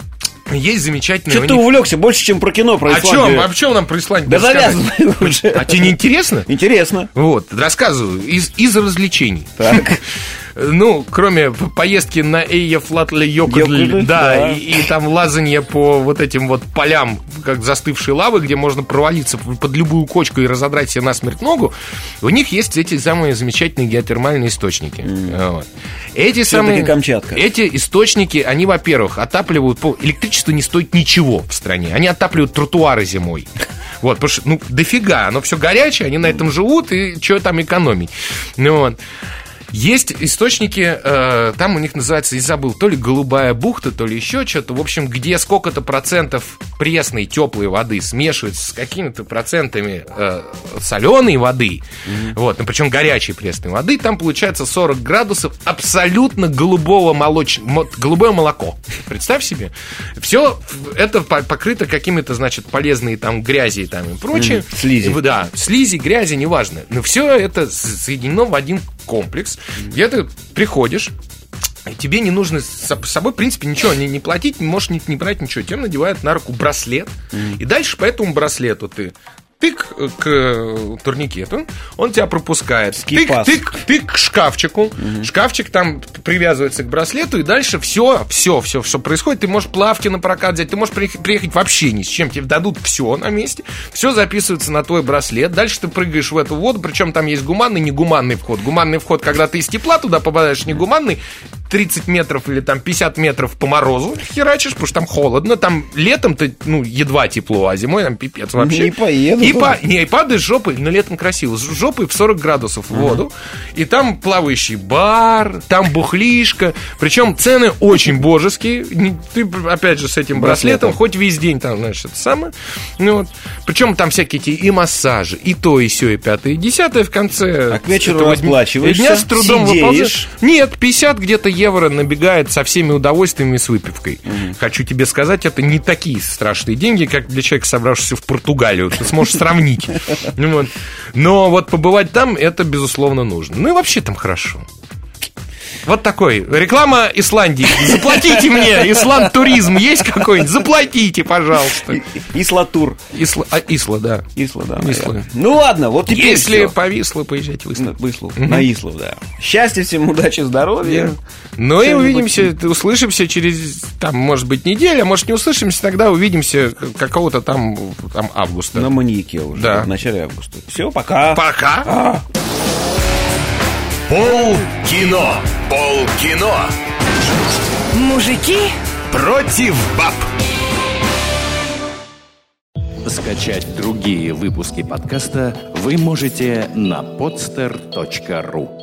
Есть замечательные... Что у ты них- увлекся больше, чем про кино, про О Исландию? чем? О чем нам про Исландию Да рассказывать? завязывай уже. А тебе не интересно? Интересно. Вот, рассказываю. Из, из развлечений. Так. Ну, кроме поездки на Эйяфлатле-Йокодль, Йокодль, да, да. И, и там лазанье по вот этим вот полям, как застывшей лавы, где можно провалиться под любую кочку и разодрать себе насмерть ногу, у них есть эти самые замечательные геотермальные источники. Вот. Эти самые... Камчатка. Эти источники, они, во-первых, отапливают... Пол... Электричество не стоит ничего в стране. Они отапливают тротуары зимой. Вот, потому что, ну, дофига, оно все горячее, они на этом живут, и что там экономить? Ну, вот. Есть источники, э, там у них называется, я забыл, то ли голубая бухта, то ли еще что-то. В общем, где сколько-то процентов пресной, теплой воды смешивается с какими-то процентами э, соленой воды. Mm-hmm. Вот, ну, причем горячей пресной воды. Там получается сорок градусов абсолютно голубого молоч... мо- голубое молоко. Представь себе. Все это по- покрыто какими-то, значит, полезные там грязи там, и прочее. Mm-hmm. Слизи. Да, слизи, грязи, неважно. Но все это соединено в один комплекс, где ты приходишь, и тебе не нужно с собой, в принципе, ничего не, не платить, не можешь не, не брать ничего. Тебе надевают на руку браслет, mm. и дальше по этому браслету ты тык к турникету, он тебя пропускает. Тык, Скипас. тык, тык к шкафчику. Угу. Шкафчик там привязывается к браслету, и дальше все, все, все, что происходит. Ты можешь плавки на прокат взять, ты можешь приехать, приехать вообще ни с чем. Тебе дадут все на месте, все записывается на твой браслет. Дальше ты прыгаешь в эту воду, причем там есть гуманный, негуманный вход. Гуманный вход, когда ты из тепла туда попадаешь, негуманный, тридцать метров или там пятьдесят метров по морозу херачишь, потому что там холодно. Там летом-то, ну, едва тепло, а зимой там пипец вообще. Не поеду. И, по, не, и падаешь жопой, но летом красиво, с жопой в сорок градусов в воду. Uh-huh. И там плавающий бар, там бухлишка. Причем цены очень божеские. Ты, опять же, с этим браслетом, браслетом. Хоть весь день там, знаешь, это самое. Ну, вот. Причем там всякие эти и массажи, и то, и сё, и пятое, и десятое в конце. А к вечеру расплачиваешься, дня с трудом сидеешь. Выползаешь. Нет, пятьдесят где-то евро набегает со всеми удовольствиями и с выпивкой. Uh-huh. Хочу тебе сказать, это не такие страшные деньги, как для человека, собравшегося в Португалию. Ты сможешь сравнить. Но вот побывать там, это, безусловно, нужно. Ну и вообще там хорошо. Вот такой. Реклама Исландии. Заплатите мне. Исланд туризм есть какой-нибудь? Заплатите, пожалуйста. Ислатур. Исла, а, Исла, да. Исла, да. Исла. Ну ладно, вот теперь Если всё. по Вислу поезжайте в Ислу. В Ислу. Угу. На Ислу, да. Счастья всем, удачи, здоровья. Yeah. Ну и увидимся, услышимся через, там, может быть, неделю, а может не услышимся, тогда увидимся какого-то там, там августа. На маньяке уже, да. В начале августа. Все, пока. Пока. А. Пол кино. Пол кино. Мужики Против баб. Скачать другие выпуски подкаста вы можете на podster точка ру.